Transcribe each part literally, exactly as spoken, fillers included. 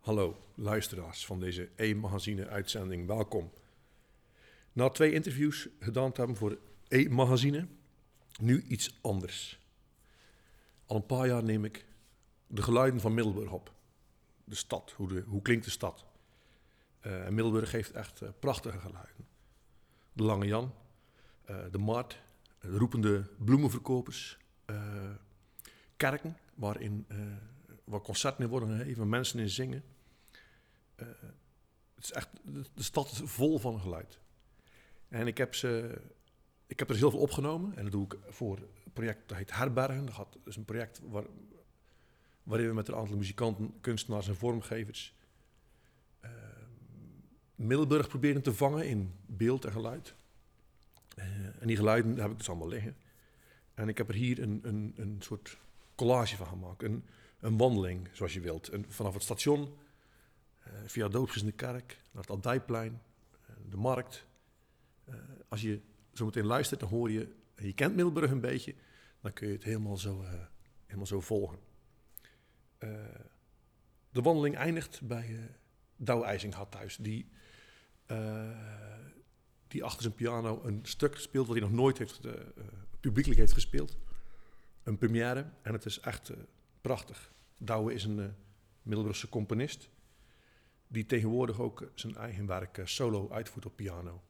Hallo, luisteraars van deze E-magazine-uitzending, welkom. Na twee interviews gedaan te hebben voor E-magazine, nu iets anders. Al een paar jaar neem ik de geluiden van Middelburg op. De stad, hoe, de, hoe klinkt de stad? Uh, en Middelburg heeft echt uh, prachtige geluiden. De Lange Jan, uh, de Markt, de roepende bloemenverkopers, uh, kerken waarin uh, waar concerten in worden gegeven, mensen in zingen. Uh, het is echt, de stad is vol van geluid. En ik heb, ze, ik heb er heel veel opgenomen. En dat doe ik voor een project dat heet Herbergen. Dat is een project waar, waarin we met een aantal muzikanten, kunstenaars en vormgevers uh, Middelburg proberen te vangen in beeld en geluid. Uh, en die geluiden heb ik dus allemaal liggen. En ik heb er hier een, een, een soort collage van gemaakt. Een, een wandeling, zoals je wilt. En vanaf het station, uh, via Doopsjes in de Kerk, naar het Andijplein, uh, de Markt. Uh, als je zo meteen luistert, dan hoor je, en je kent Middelburg een beetje, dan kun je het helemaal zo, uh, helemaal zo volgen. Uh, de wandeling eindigt bij uh, Douwe IJzinga thuis, die, uh, die achter zijn piano een stuk speelt wat hij nog nooit heeft, uh, uh, publiekelijk heeft gespeeld. Een première, en het is echt uh, prachtig. Douwe is een uh, Middelburgse componist die tegenwoordig ook uh, zijn eigen werk uh, solo uitvoert op piano.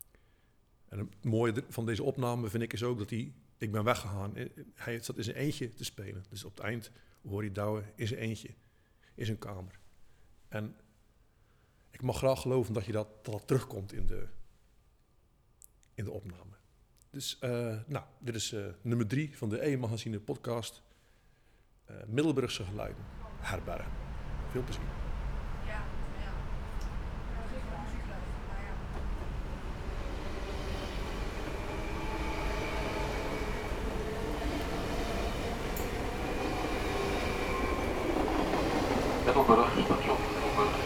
En het mooie van deze opname vind ik is ook dat hij, ik ben weggegaan, hij zat in zijn eentje te spelen. Dus op het eind hoor je Douwe in zijn eentje, in zijn kamer. En ik mag graag geloven dat je dat, dat, dat terugkomt in de, in de opname. Dus, uh, nou, dit is uh, nummer drie van de E-magazine podcast. Uh, Middelburgse geluiden, Herbergen. Veel plezier. Ja, ja. Middelburg, station Middelburg.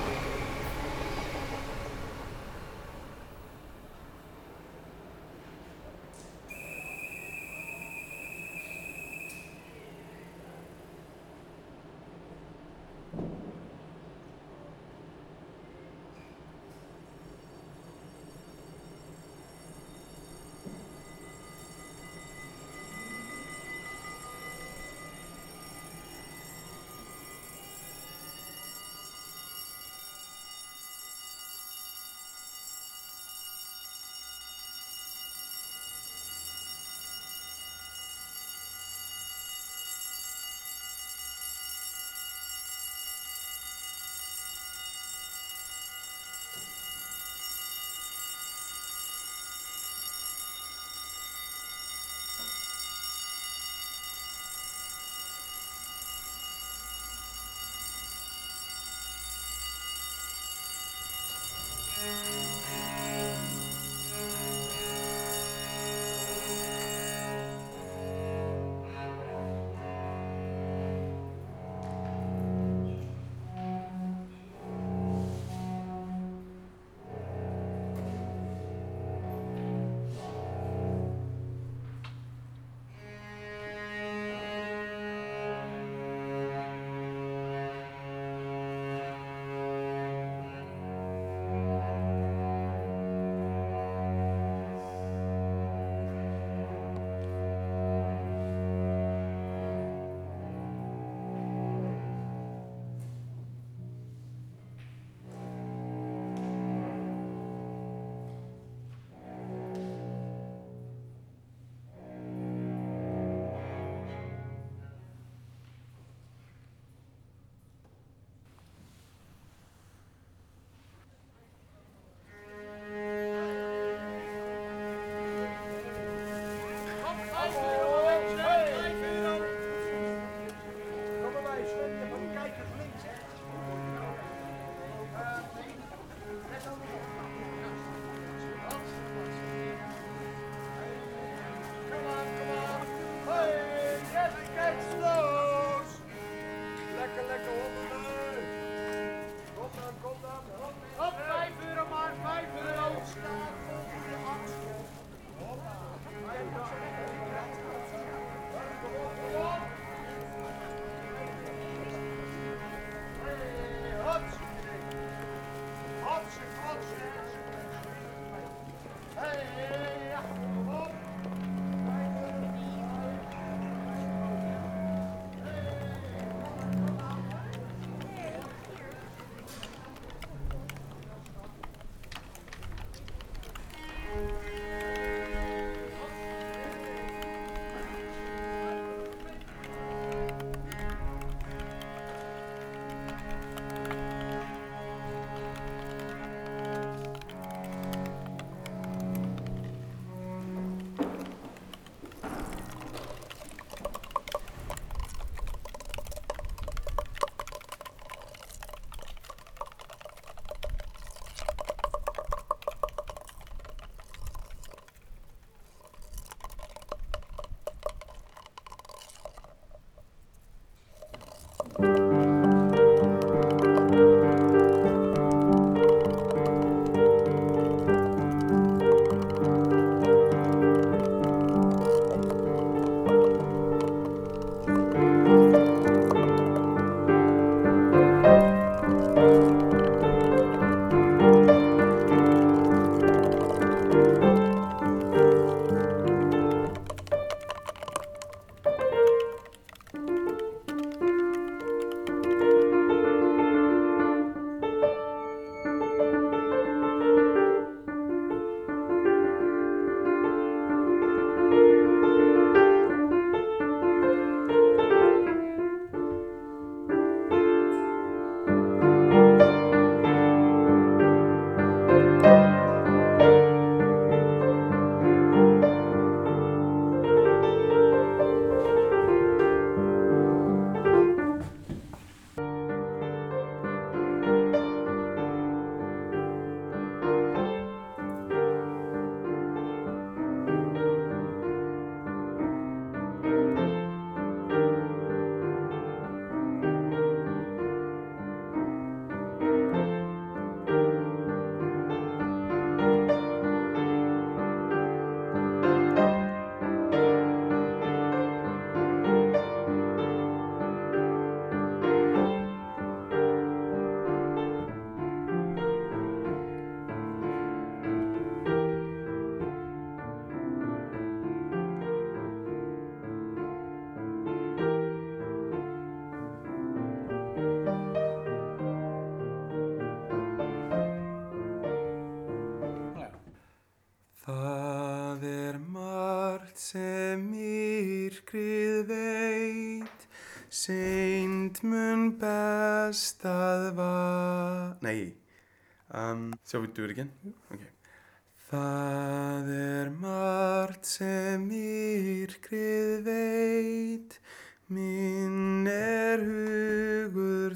Seint mun best að var... Nei, um, shall we do it again? Okay. Það er margt sem myrkrið veit, minn er hugur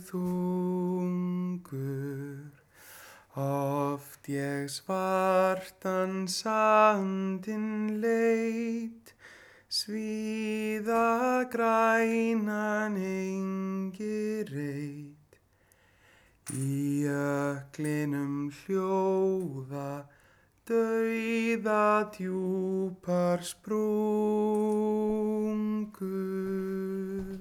þungur. Oft ég svartan sandinn leit, svíða grænan engi reit. Í jöklinum hljóða dauða djúpar sprungur.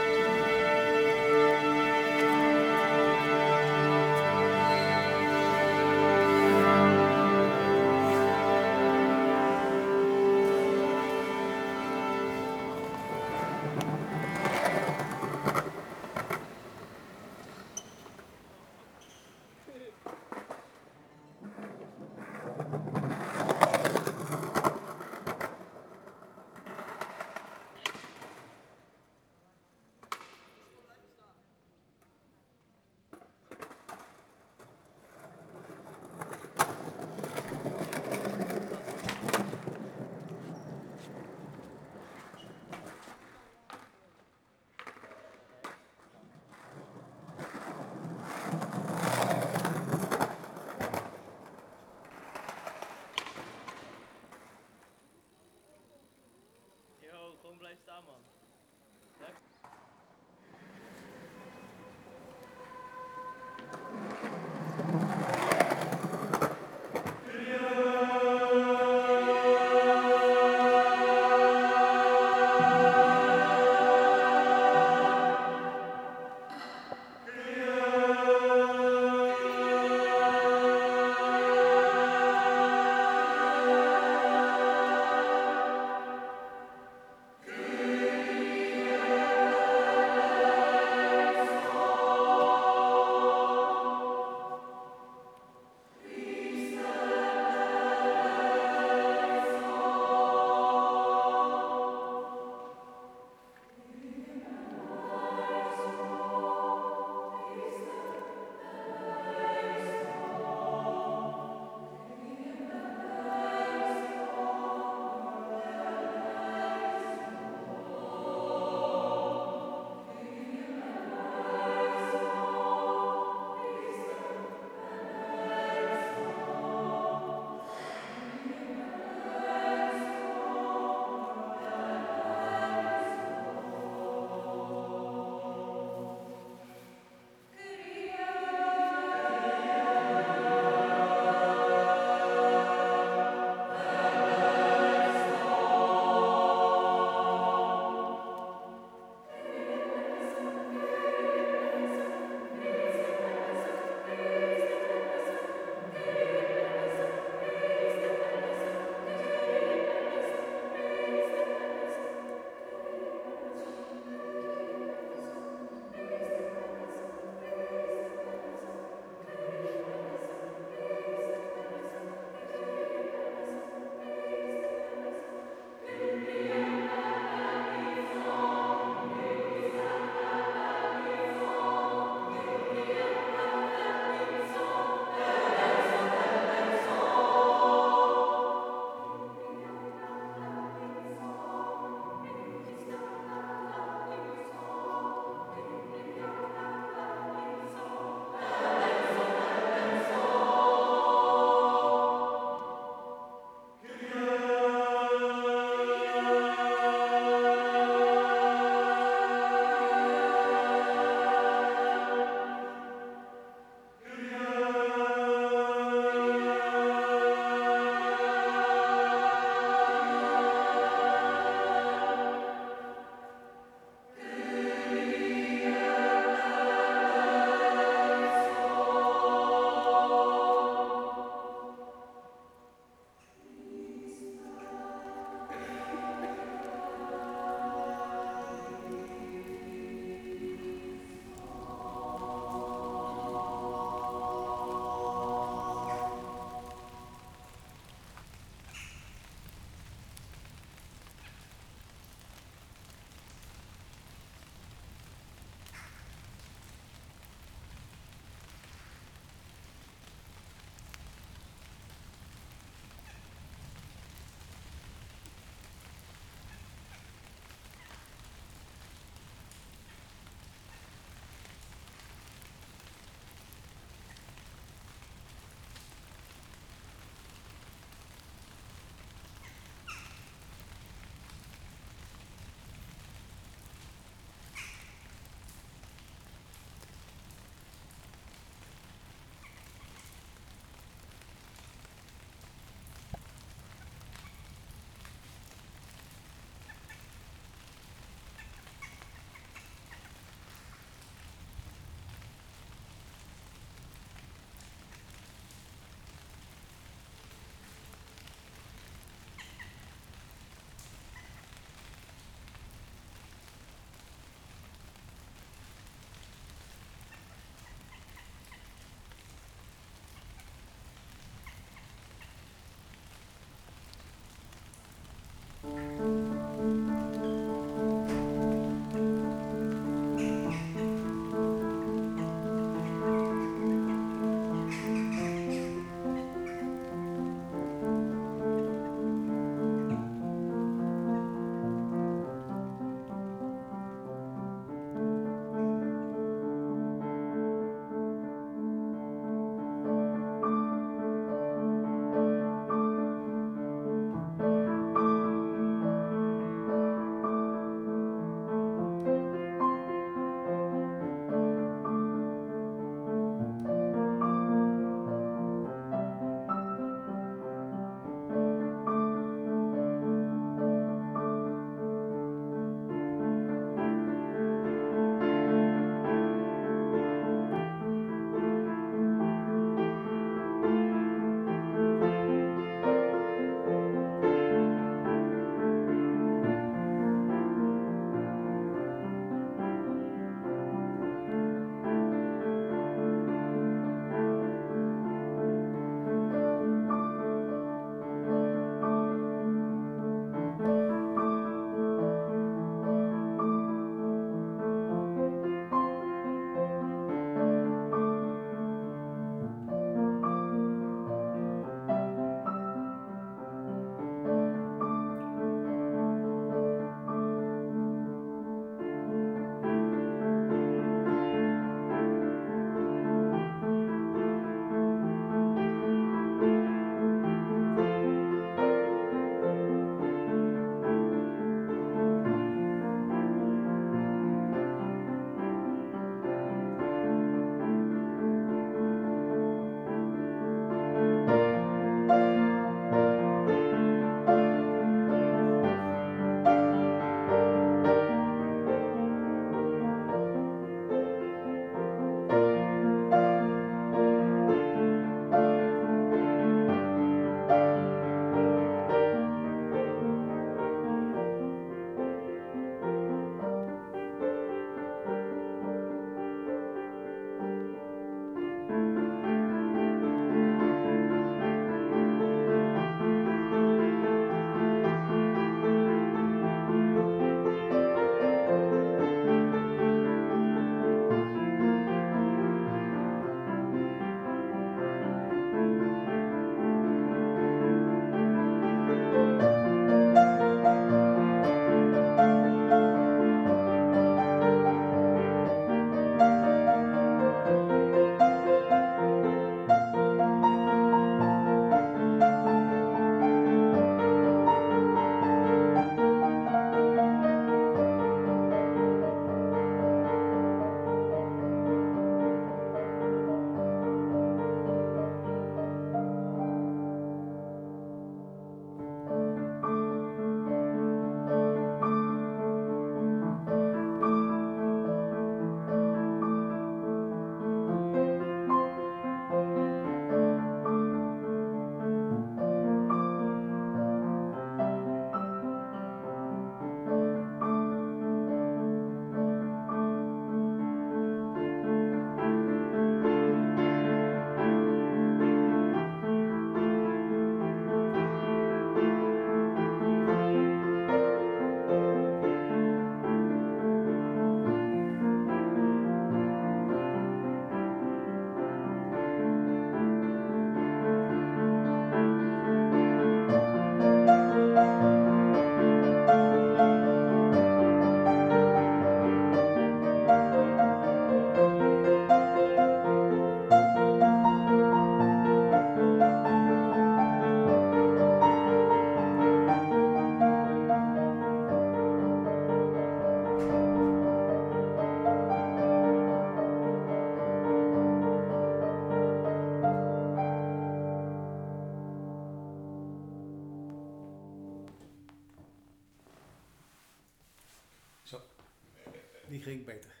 die ging beter.